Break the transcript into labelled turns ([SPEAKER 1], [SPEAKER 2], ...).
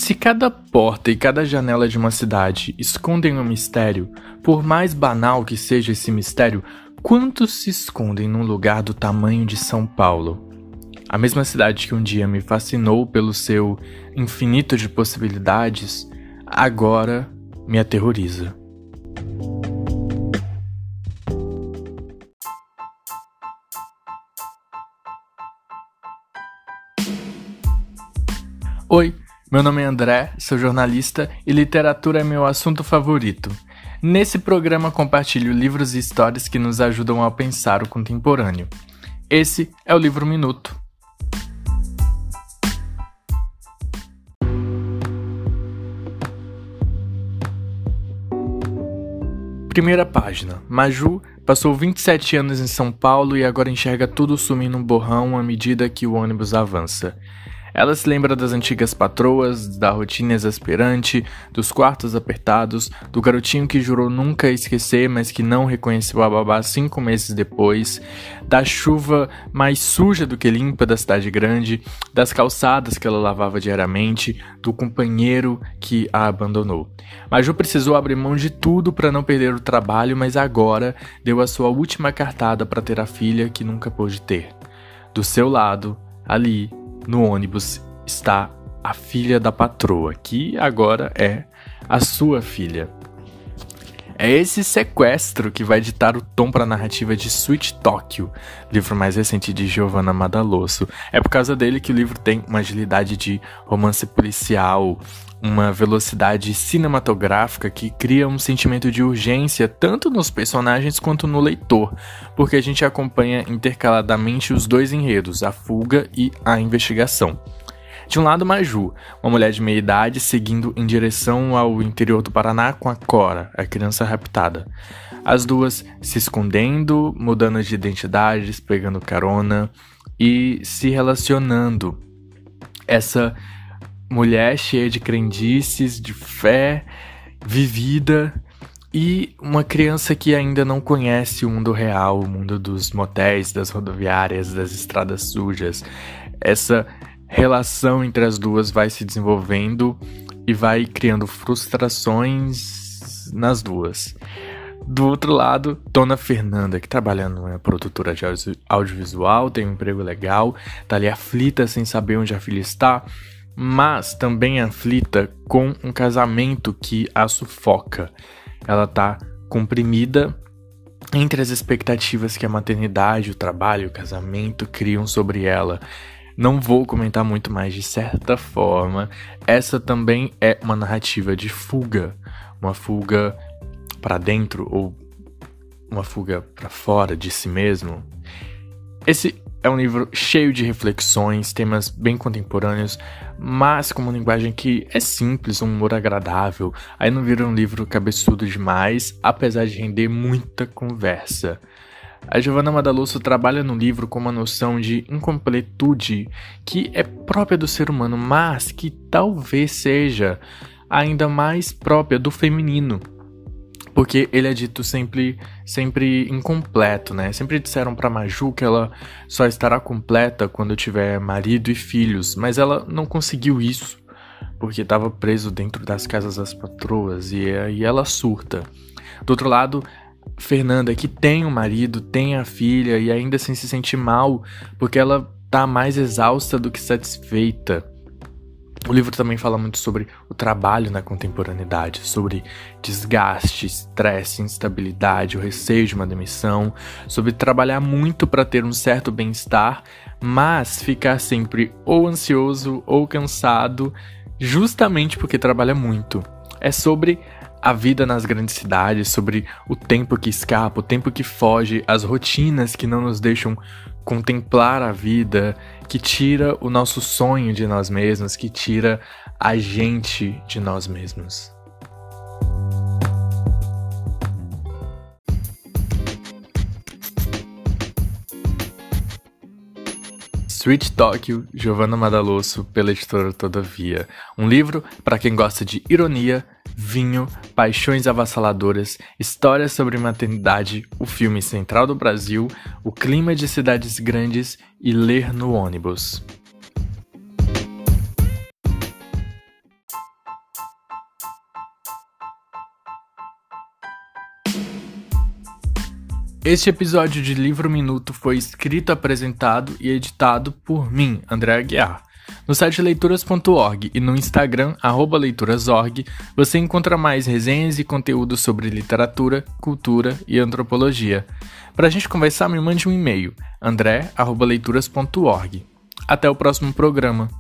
[SPEAKER 1] Se cada porta e cada janela de uma cidade escondem um mistério, por mais banal que seja esse mistério, quantos se escondem num lugar do tamanho de São Paulo? A mesma cidade que um dia me fascinou pelo seu infinito de possibilidades, agora me aterroriza. Oi, meu nome é André, sou jornalista e literatura é meu assunto favorito. Nesse programa compartilho livros e histórias que nos ajudam a pensar o contemporâneo. Esse é o Livro Minuto. Primeira página. Maju passou 27 anos em São Paulo e agora enxerga tudo sumir num borrão à medida que o ônibus avança. Ela se lembra das antigas patroas, da rotina exasperante, dos quartos apertados, do garotinho que jurou nunca esquecer, mas que não reconheceu a babá 5 meses depois, da chuva mais suja do que limpa da cidade grande, das calçadas que ela lavava diariamente, do companheiro que a abandonou. Maju precisou abrir mão de tudo para não perder o trabalho, mas agora deu a sua última cartada para ter a filha que nunca pôde ter. Do seu lado, ali, no ônibus, está a filha da patroa, que agora é a sua filha. É esse sequestro que vai ditar o tom para a narrativa de Sweet Tokyo, livro mais recente de Giovanna Madalosso. É por causa dele que o livro tem uma agilidade de romance policial, uma velocidade cinematográfica que cria um sentimento de urgência tanto nos personagens quanto no leitor, porque a gente acompanha intercaladamente os dois enredos, a fuga e a investigação. De um lado, Maju, uma mulher de meia-idade seguindo em direção ao interior do Paraná com a Cora, a criança raptada. As duas se escondendo, mudando de identidades, pegando carona e se relacionando. Essa mulher cheia de crendices, de fé vivida e uma criança que ainda não conhece o mundo real, o mundo dos motéis, das rodoviárias, das estradas sujas. Essa relação entre as duas vai se desenvolvendo e vai criando frustrações nas duas. Do outro lado, Dona Fernanda, que trabalha numa produtora de audiovisual, tem um emprego legal, tá ali aflita sem saber onde a filha está, mas também aflita com um casamento que a sufoca. Ela tá comprimida entre as expectativas que a maternidade, o trabalho, o casamento criam sobre ela. Não vou comentar muito mais. De certa forma, essa também é uma narrativa de fuga, uma fuga para dentro ou uma fuga para fora de si mesmo. Esse é um livro cheio de reflexões, temas bem contemporâneos, mas com uma linguagem que é simples, um humor agradável. Aí não vira um livro cabeçudo demais, apesar de render muita conversa. A Giovanna Madalosso trabalha no livro com uma noção de incompletude que é própria do ser humano, mas que talvez seja ainda mais própria do feminino. Porque ele é dito sempre incompleto, né? Sempre disseram pra Maju que ela só estará completa quando tiver marido e filhos, mas ela não conseguiu isso, porque estava preso dentro das casas das patroas e aí ela surta. Do outro lado, Fernanda, que tem um marido, tem a filha e ainda assim se sente mal, porque ela tá mais exausta do que satisfeita. O livro também fala muito sobre o trabalho na contemporaneidade, sobre desgaste, estresse, instabilidade, o receio de uma demissão, sobre trabalhar muito para ter um certo bem-estar, mas ficar sempre ou ansioso ou cansado, justamente porque trabalha muito. É sobre a vida nas grandes cidades, sobre o tempo que escapa, o tempo que foge, as rotinas que não nos deixam contemplar a vida, que tira o nosso sonho de nós mesmos, que tira a gente de nós mesmos. Sweet Tokyo, Giovanna Madalosso, pela editora Todavia. Um livro para quem gosta de ironia, vinho, paixões avassaladoras, histórias sobre maternidade, o filme Central do Brasil, o clima de cidades grandes e ler no ônibus. Este episódio de Livro Minuto foi escrito, apresentado e editado por mim, André Aguiar. No site leituras.org e no Instagram, @leiturasorg, você encontra mais resenhas e conteúdos sobre literatura, cultura e antropologia. Para a gente conversar, me mande um e-mail, andré@leituras.org. Até o próximo programa.